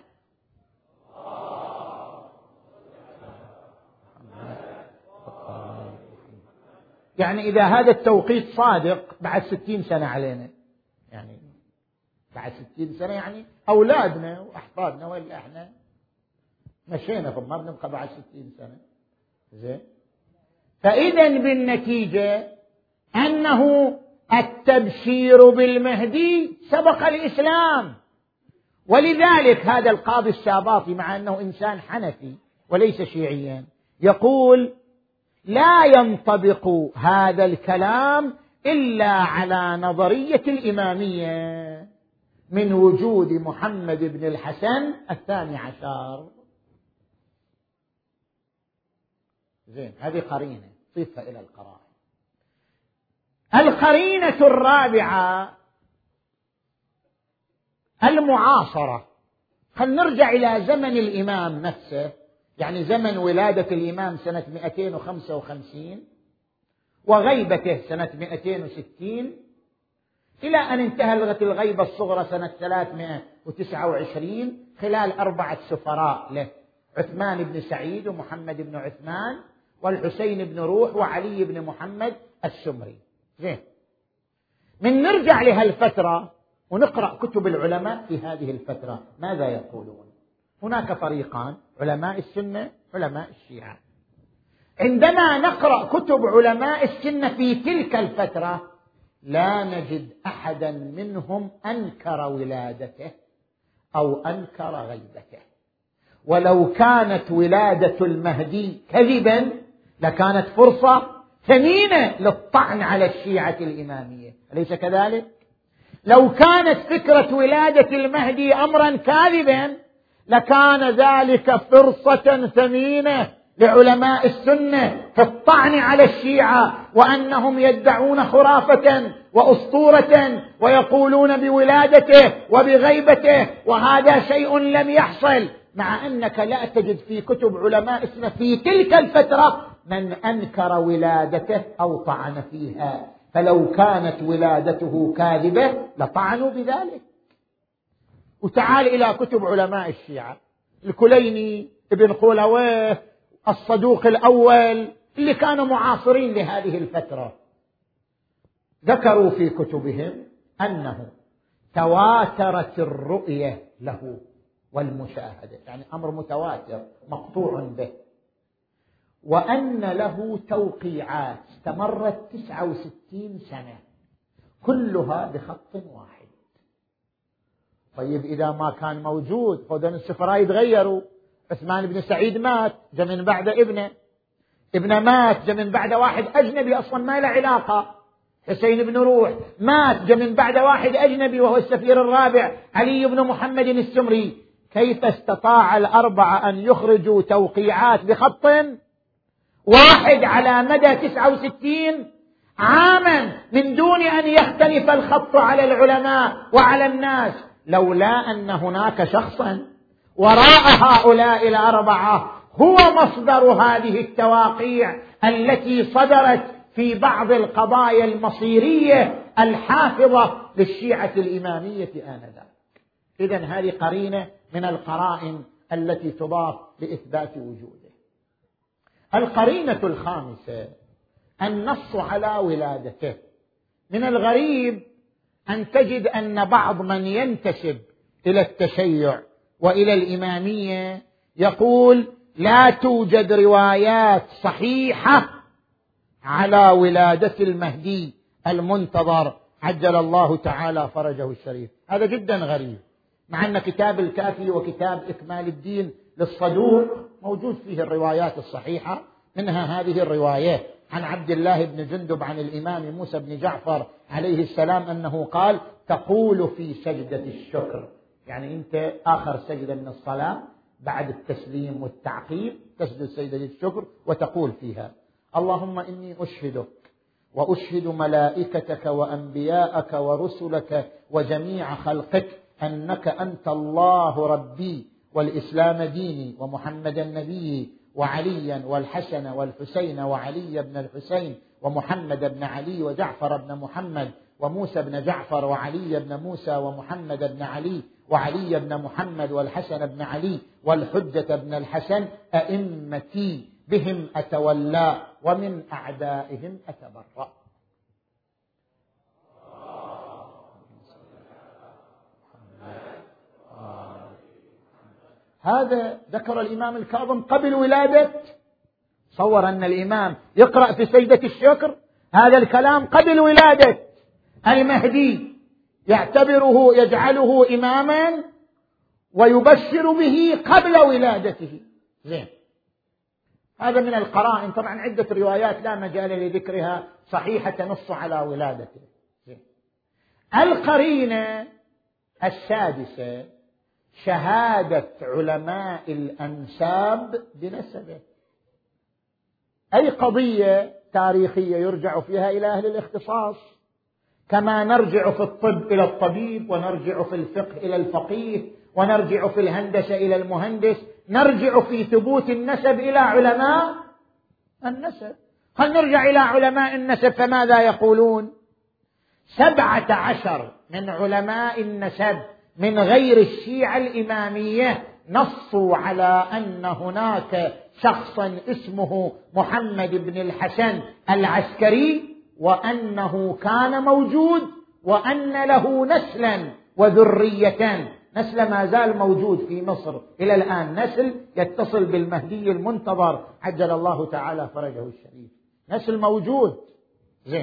يعني إذا هذا التوقيت صادق بعد ستين سنة علينا، يعني بعد ستين سنة يعني أولادنا وأحفادنا وإلا إحنا مشينا فما بنبقى بعد ستين سنة. زين، فإذا بالنتيجة أنه التبشير بالمهدي سبق الإسلام. ولذلك هذا القاضي الساباطي مع أنه إنسان حنفي وليس شيعيا يقول لا ينطبق هذا الكلام إلا على نظرية الإمامية من وجود محمد بن الحسن الثاني عشر. زين، هذه قرينة صفة إلى القرائن. القرينة الرابعة المعاصرة. خلينا نرجع إلى زمن الإمام نفسه، يعني زمن ولادة الإمام سنة مئتين وخمسة وخمسين وغيبته سنة مئتين وستين إلى أن انتهت الغيبة الصغرى سنة ثلاثمئة وتسعة وعشرين خلال أربعة سفراء له، عثمان بن سعيد ومحمد بن عثمان والحسين بن روح وعلي بن محمد السمري. زين، من نرجع لهالفترة ونقرأ كتب العلماء في هذه الفترة ماذا يقولون. هناك فريقان، علماء السنة علماء الشيعة. عندما نقرأ كتب علماء السنة في تلك الفترة لا نجد أحدا منهم أنكر ولادته أو أنكر غيبته، ولو كانت ولادة المهدي كذبا لكانت فرصة ثمينة للطعن على الشيعة الإمامية، أليس كذلك؟ لو كانت فكرة ولادة المهدي أمرا كاذبا لكان ذلك فرصة ثمينة لعلماء السنة في الطعن على الشيعة وأنهم يدعون خرافة وأسطورة ويقولون بولادته وبغيبته، وهذا شيء لم يحصل، مع أنك لا تجد في كتب علماء السنة في تلك الفترة من أنكر ولادته أو طعن فيها، فلو كانت ولادته كاذبة لطعنوا بذلك. وتعال إلى كتب علماء الشيعة، الكليني، ابن خولويه، الصدوق الأول، اللي كانوا معاصرين لهذه الفترة، ذكروا في كتبهم أنه تواترت الرؤية له والمشاهدة، يعني أمر متواتر مقطوع به، وأن له توقيعات استمرت تسعة وستين سنة كلها بخط واحد. طيب إذا ما كان موجود فودن السفراء يتغيروا، عثمان بن سعيد مات، جاء من بعد ابنه، ابنه مات، جاء من بعد واحد أجنبي أصلا ما له علاقة، حسين بن روح مات، جاء من بعد واحد أجنبي وهو السفير الرابع علي بن محمد السمري. كيف استطاع الأربعة أن يخرجوا توقيعات بخط واحد على مدى تسعة وستين عاما من دون أن يختلف الخط على العلماء وعلى الناس، لولا أن هناك شخصا وراء هؤلاء الأربعة هو مصدر هذه التواقيع التي صدرت في بعض القضايا المصيرية الحافظة للشيعة الإمامية آنذاك. إذن هذه قرينة من القرائن التي تضاف لإثبات وجوده. القرينة الخامسة النص على ولادته. من الغريب أن تجد أن بعض من ينتسب إلى التشيع وإلى الإمامية يقول لا توجد روايات صحيحة على ولادة المهدي المنتظر عجل الله تعالى فرجه الشريف. هذا جدا غريب، مع أن كتاب الكافي وكتاب إكمال الدين للصدوق موجود فيه الروايات الصحيحة، منها هذه الرواية عن عبد الله بن جندب عن الإمام موسى بن جعفر عليه السلام أنه قال تقول في سجدة الشكر، يعني أنت آخر سجدة من الصلاة بعد التسليم والتعقيب تسجد سجدة الشكر وتقول فيها اللهم إني أشهدك وأشهد ملائكتك وأنبياءك ورسلك وجميع خلقك أنك أنت الله ربي والإسلام ديني ومحمدا نبيي وعليا والحسن والحسين وعلي بن الحسين ومحمد بن علي وجعفر بن محمد وموسى بن جعفر وعلي بن موسى ومحمد بن علي وعلي بن محمد والحسن بن علي والحجة بن الحسن أئمتي بهم أتولى ومن أعدائهم أتبرأ. هذا ذكر الإمام الكاظم قبل ولادة، صور أن الإمام يقرأ في سجدة الشكر، هذا الكلام قبل ولادة المهدي، يعتبره يجعله إماما ويبشر به قبل ولادته. زين، هذا من القرائن، طبعا عدة روايات لا مجال لذكرها صحيحة تنص على ولادته. زين. القرينة السادسة شهادة علماء الأنساب بنسبه. أي قضية تاريخية يرجع فيها إلى أهل الاختصاص، كما نرجع في الطب إلى الطبيب، ونرجع في الفقه إلى الفقيه، ونرجع في الهندسة إلى المهندس، نرجع في ثبوت النسب إلى علماء النسب. هل نرجع إلى علماء النسب فماذا يقولون؟ سبعة عشر من علماء النسب من غير الشيعة الإمامية نصوا على أن هناك شخصا اسمه محمد بن الحسن العسكري، وأنه كان موجود، وأن له نسلا وذرية. نسل ما زال موجود في مصر إلى الآن، نسل يتصل بالمهدي المنتظر عجل الله تعالى فرجه الشريف، نسل موجود. زين،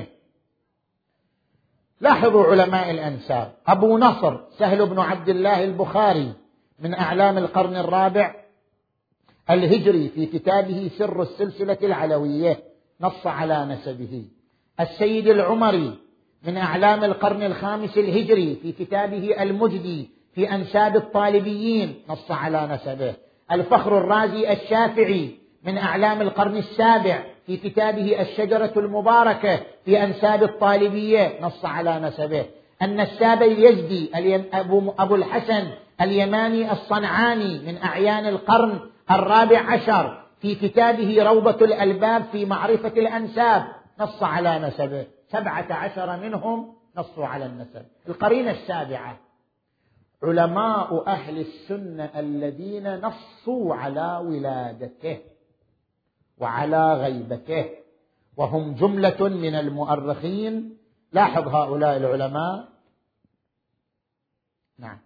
لاحظوا علماء الأنساب. أبو نصر سهل بن عبد الله البخاري من أعلام القرن الرابع الهجري في كتابه سر السلسلة العلوية نص على نسبه. السيد العمري من أعلام القرن الخامس الهجري في كتابه المجدي في أنساب الطالبيين نص على نسبه. الفخر الرازي الشافعي من أعلام القرن السابع في كتابه الشجرة المباركة في أنساب الطالبية نص على نسبه. النساب اليزدي أبو الحسن اليماني الصنعاني من أعيان القرن الرابع عشر في كتابه روضة الألباب في معرفة الأنساب نص على نسبه. سبعة عشر منهم نصوا على النسب. القرينة السابعة: علماء أهل السنة الذين نصوا على ولادته وعلى غيبته، وهم جملة من المؤرخين. لاحظ هؤلاء العلماء. نعم.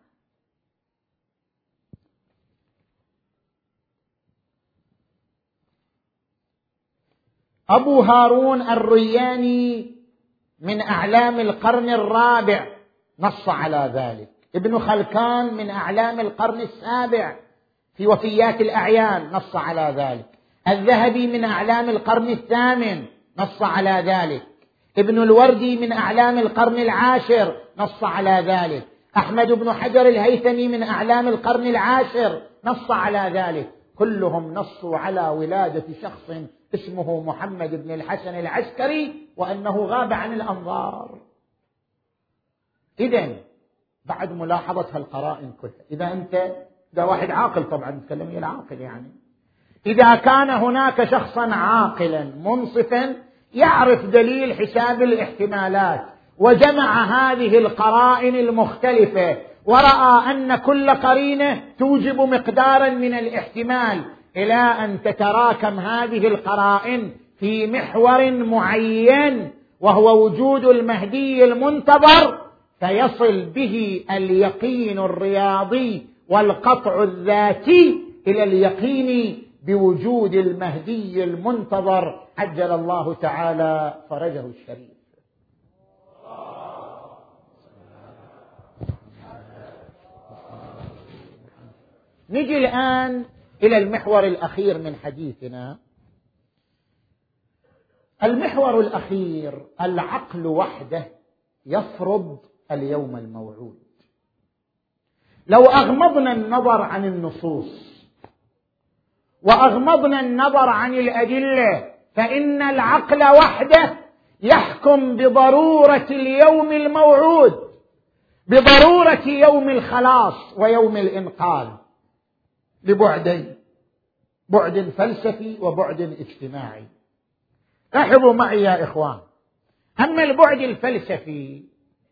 أبو هارون الرياني من أعلام القرن الرابع نص على ذلك. ابن خلكان من أعلام القرن السابع في وفيات الأعيان نص على ذلك. الذهبي من أعلام القرن الثامن نص على ذلك. ابن الوردي من أعلام القرن العاشر نص على ذلك. أحمد بن حجر الهيثمي من أعلام القرن العاشر نص على ذلك. كلهم نصوا على ولادة شخص اسمه محمد بن الحسن العسكري وأنه غاب عن الأنظار. إذن بعد ملاحظة هالقرائن كلها، إذا أنت ده واحد عاقل، طبعا نتكلم العاقل، يعني إذا كان هناك شخصا عاقلا منصفا يعرف دليل حساب الاحتمالات وجمع هذه القرائن المختلفة ورأى أن كل قرينة توجب مقدارا من الاحتمال إلى أن تتراكم هذه القرائن في محور معين وهو وجود المهدي المنتظر، فيصل به اليقين الرياضي والقطع الذاتي إلى اليقين بوجود المهدي المنتظر عجل الله تعالى فرجه الشريف. نجي الآن إلى المحور الأخير من حديثنا. المحور الأخير: العقل وحده يفرض اليوم الموعود. لو أغمضنا النظر عن النصوص وأغمضنا النظر عن الأدلة فإن العقل وحده يحكم بضرورة اليوم الموعود، بضرورة يوم الخلاص ويوم الإنقاذ، لبعدين: بعد فلسفي وبعد اجتماعي. لاحظوا معي يا إخوان، أما البعد الفلسفي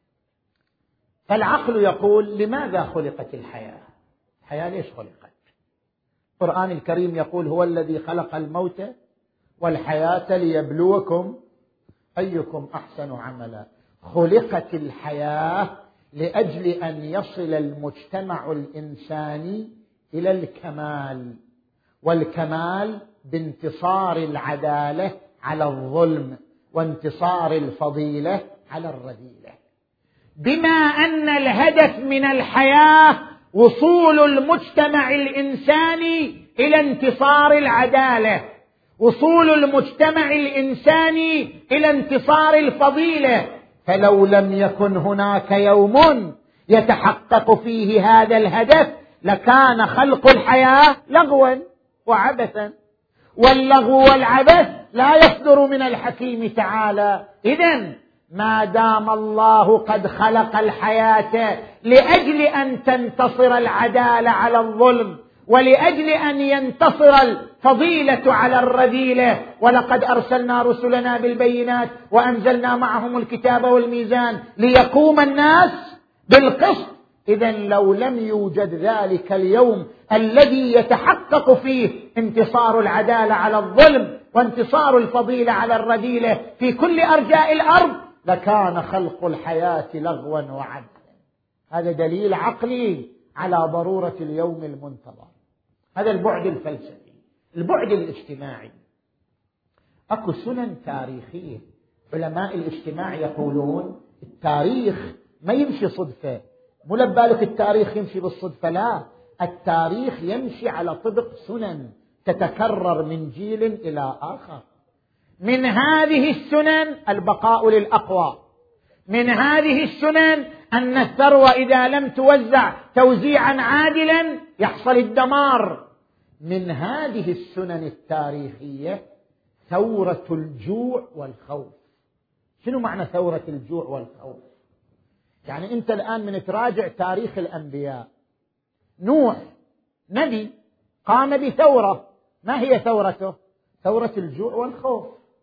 فالعقل يقول: لماذا خلقت الحياة؟ الحياة ليش خلقت؟ القرآن الكريم يقول: هو الذي خلق الموت والحياة ليبلوكم أيكم أحسن عملا. خلقت الحياة لأجل أن يصل المجتمع الإنساني إلى الكمال، والكمال بانتصار العدالة على الظلم وانتصار الفضيلة على الرذيلة. بما أن الهدف من الحياة وصول المجتمع الإنساني إلى انتصار العدالة، وصول المجتمع الإنساني إلى انتصار الفضيلة، فلو لم يكن هناك يوم يتحقق فيه هذا الهدف لكان خلق الحياة لغوا وعبثا، واللغو والعبث لا يصدر من الحكيم تعالى. إذن ما دام الله قد خلق الحياة لأجل أن تنتصر العدالة على الظلم، ولأجل أن ينتصر الفضيلة على الرذيلة، ولقد أرسلنا رسلنا بالبينات وأنزلنا معهم الكتاب والميزان ليقوم الناس بالقسط. إذن لو لم يوجد ذلك اليوم الذي يتحقق فيه انتصار العدالة على الظلم وانتصار الفضيلة على الرذيلة في كل أرجاء الأرض لكان خلق الحياة لغوا وعبثا. هذا دليل عقلي على ضرورة اليوم المنتظر. هذا البعد الفلسفي. البعد الاجتماعي: أكو سنن تاريخية. علماء الاجتماع يقولون التاريخ ما يمشي صدفة، مو لبالك التاريخ يمشي بالصدفة، لا، التاريخ يمشي على طبق سنن تتكرر من جيل إلى آخر. من هذه السنن البقاء للأقوى، من هذه السنن أن الثروة إذا لم توزع توزيعا عادلا يحصل الدمار. من هذه السنن التاريخية ثورة الجوع والخوف. شنو معنى ثورة الجوع والخوف؟ يعني أنت الآن من تراجع تاريخ الأنبياء، نوح نبي قام بثورة، ما هي ثورته؟ ثورة الجوع والخوف.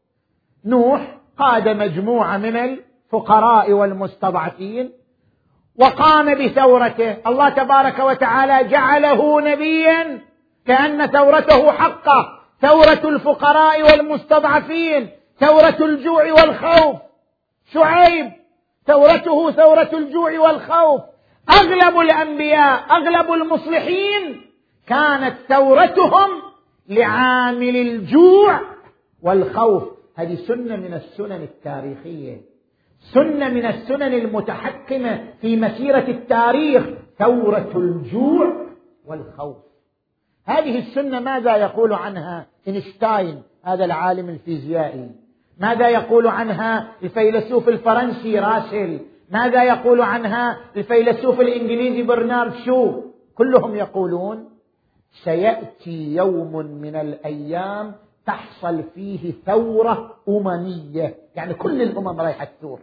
نوح قاد مجموعة من الفقراء والمستضعفين وقام بثورته، الله تبارك وتعالى جعله نبيا كأن ثورته حقه، ثورة الفقراء والمستضعفين، ثورة الجوع والخوف. شعيب ثورته ثورة الجوع والخوف. أغلب الأنبياء أغلب المصلحين كانت ثورتهم لعامل الجوع والخوف. هذه سنة من السنن التاريخية، سنة من السنن المتحكمة في مسيرة التاريخ، ثورة الجوع والخوف. هذه السنة ماذا يقول عنها إينشتاين هذا العالم الفيزيائي؟ ماذا يقول عنها الفيلسوف الفرنسي راسل؟ ماذا يقول عنها الفيلسوف الإنجليزي برنارد شو؟ كلهم يقولون سيأتي يوم من الأيام تحصل فيه ثورة أممية، يعني كل الأمم رايحة تثور.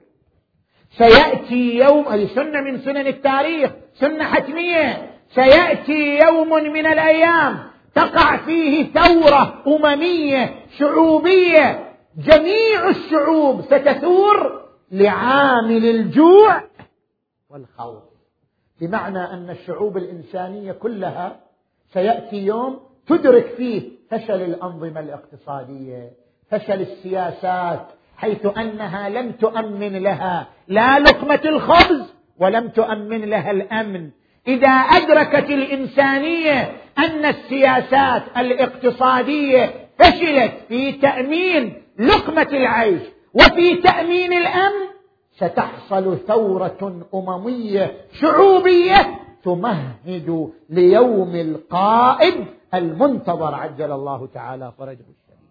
سيأتي يوم، هذه سنة من سنن التاريخ، سنة حتمية، سيأتي يوم من الأيام تقع فيه ثورة أممية شعوبية، جميع الشعوب ستثور لعامل الجوع والخوف. بمعنى أن الشعوب الإنسانية كلها سيأتي يوم تدرك فيه فشل الأنظمة الاقتصادية، فشل السياسات، حيث أنها لم تؤمن لها لا لقمة الخبز ولم تؤمن لها الأمن. إذا أدركت الإنسانية أن السياسات الاقتصادية فشلت في تأمين لقمة العيش وفي تأمين الأمن، ستحصل ثورة أممية شعوبية تمهد ليوم القائد المنتظر عجل الله تعالى فرجه الشريف.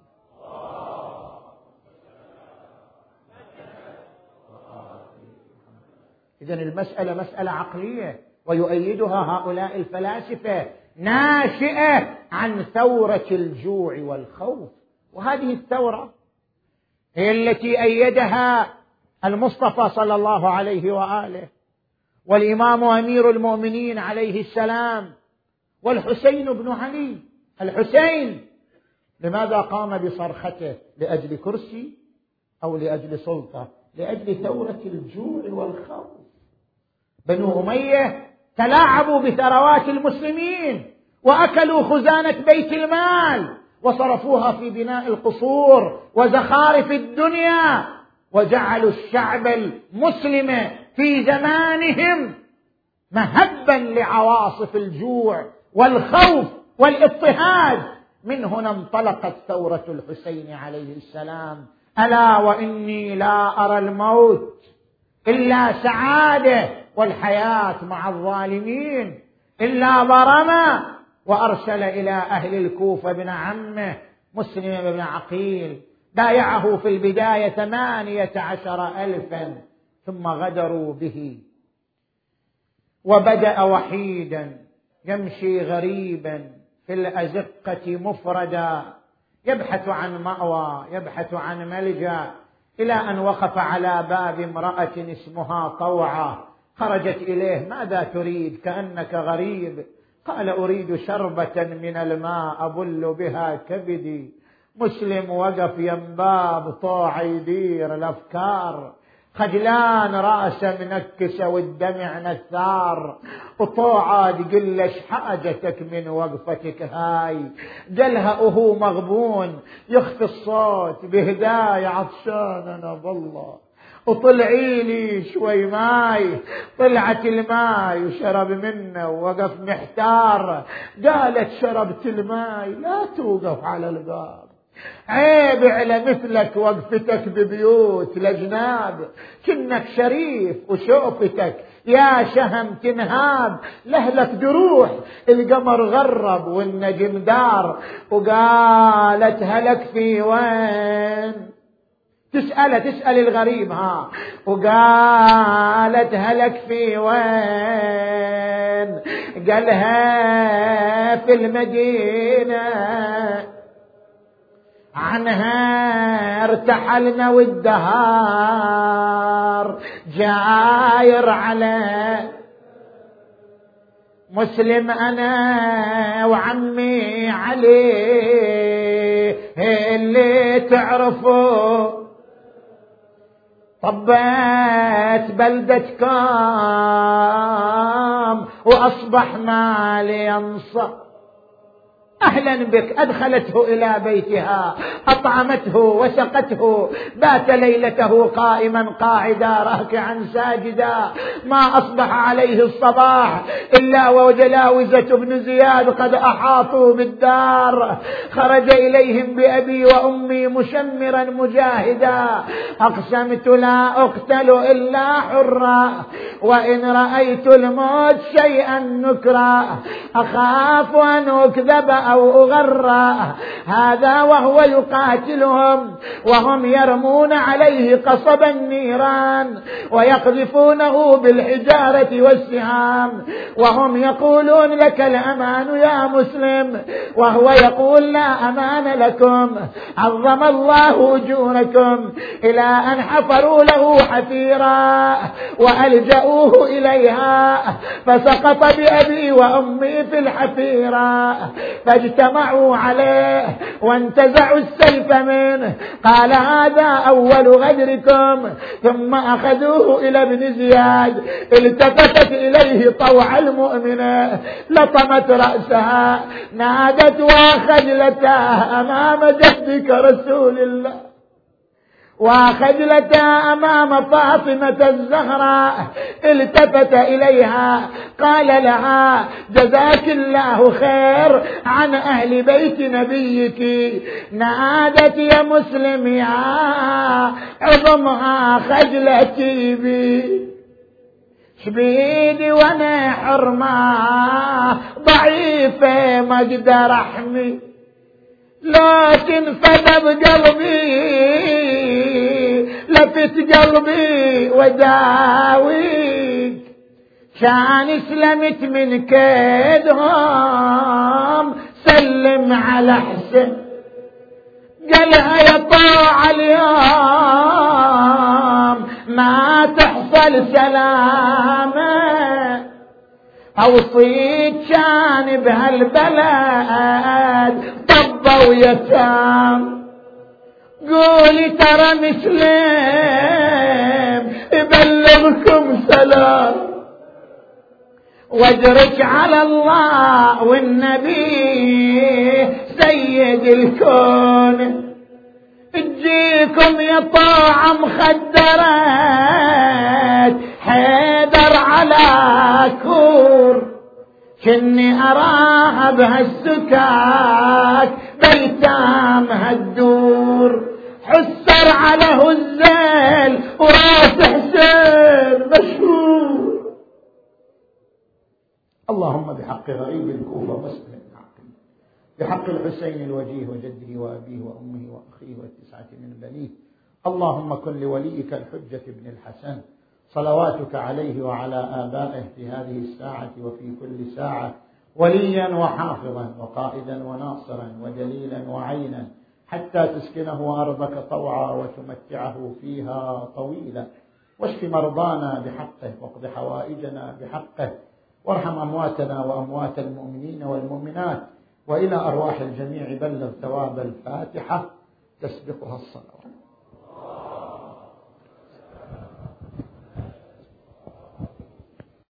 إذن المسألة مسألة عقلية، ويؤيدها هؤلاء الفلاسفة، ناشئة عن ثورة الجوع والخوف. وهذه الثورة هي التي أيدها المصطفى صلى الله عليه وآله، والإمام أمير المؤمنين عليه السلام، والحسين بن علي. الحسين لماذا قام بصرخته؟ لأجل كرسي أو لأجل سلطة؟ لأجل ثورة الجوع والخوف. بنو أمية تلاعبوا بثروات المسلمين وأكلوا خزانة بيت المال وصرفوها في بناء القصور وزخارف الدنيا، وجعلوا الشعب المسلم في زمانهم مهبا لعواصف الجوع والخوف والاضطهاد. من هنا انطلقت ثورة الحسين عليه السلام: ألا وإني لا أرى الموت إلا سعادة، والحياة مع الظالمين إلا ضرما. وأرسل إلى أهل الكوفة ابن عمه مسلم بن عقيل، بايعه في البداية ثمانية عشر ألفا، ثم غدروا به، وبدأ وحيدا يمشي غريبا في الأزقة مفردا، يبحث عن مأوى، يبحث عن ملجأ، إلى أن وقف على باب امرأة اسمها طوعة. خرجت إليه: ماذا تريد؟ كأنك غريب. قال: أريد شربة من الماء أبل بها كبدي. مسلم وقف ينباب طوعة يدير الأفكار، خجلان رأسه منكسة والدمع نثار، وطوعة تقول له: ايش حاجتك من وقفتك هاي؟ قالها وهو مغبون يخفي الصوت: بهداية عطشان أنا بالله، وطلعي لي شوي ماي. طلعت الماي وشرب منه ووقف محتار. قالت: شربت الماي لا توقف على الباب، عيب على مثلك وقفتك ببيوت الأجناب، كنك شريف وشوفتك يا شهم تنهاب، لهلك دروح القمر غرب والنجم دار. وقالت: هلك في وين؟ تسأله تسأل الغريب ها. وقالت: هلك في وين؟ قالها: في المدينة. عنها ارتحلنا والدهار جاير على مسلم أنا وعمي علي اللي تعرفه طبت بلدة كام وأصبح مالي ينصب. أهلا بك. أدخلته إلى بيتها، أطعمته وسقته، بات ليلته قائما قاعدا راكعا ساجدا. ما أصبح عليه الصباح إلا وجلاوزة بن زياد قد أحاطوا بالدار. خرج إليهم بأبي وأمي مشمرا مجاهدا: أقسمت لا أقتل إلا حرا، وإن رأيت الموت شيئا نكرا، أخاف أن أكذب أو أغرى. هذا وهو يقاتلهم وهم يرمون عليه قصب النيران ويقذفونه بالحجارة والسهام، وهم يقولون لك الأمان يا مسلم، وهو يقول لا أمان لكم، عظم الله أجوركم، إلى أن حفروا له حفيرا وألجأوه إليها، فسقط بأبي وأمي في الحفيرة، فاجتمعوا عليه وانتزعوا السيف منه. قال هذا أول غدركم. ثم أخذوه إلى ابن زياد، التفتت إليه طوع المؤمنة، لطمت رأسها، نادت وخجلتها أمام جدك رسول الله، وخجلتها أمام فاطمة الزهراء. التفت إليها قال لها: جزاك الله خير عن أهل بيت نبيك. نادت: يا مسلم يا عظمها خجلتي بي، شبيدي وانا حرمة ضعيفة ما اقدر احمي، لكن فدب قلبي لفت قلبي وداويك، كان اسلمت من كيدهم سلم على حسن. قالها: يا طاعة اليوم ما تحصل سلامة، أوصيك كان بهالبلد طبة ويتام، قولي ترى مسلم يبلغكم سلام، واجرك على الله والنبي سيد الكون، تجيكم يا طاعة مخدرات حيدر على كور، كني أراها بهالسكاك بيتام هالدور، حسر على هزال وراس حسين مشهور. اللهم بحق غريب الكوفة مسلم، بحق الحسين الوجيه وجده وأبيه وأمه وأخيه والتسعة من بنيه، اللهم كن لوليك الحجة بن الحسن صلواتك عليه وعلى آبائه في هذه الساعة وفي كل ساعة وليا وحافظا وقائدا وناصرا ودليلا وعينا، حتى تسكنه أرضك طوعا وتمتعه فيها طويلا، واشف مرضانا بحقه، واقض حوائجنا بحقه، وارحم أمواتنا وأموات المؤمنين والمؤمنات، وإلى أرواح الجميع بلغ ثواب الفاتحة تسبقها الصلوات.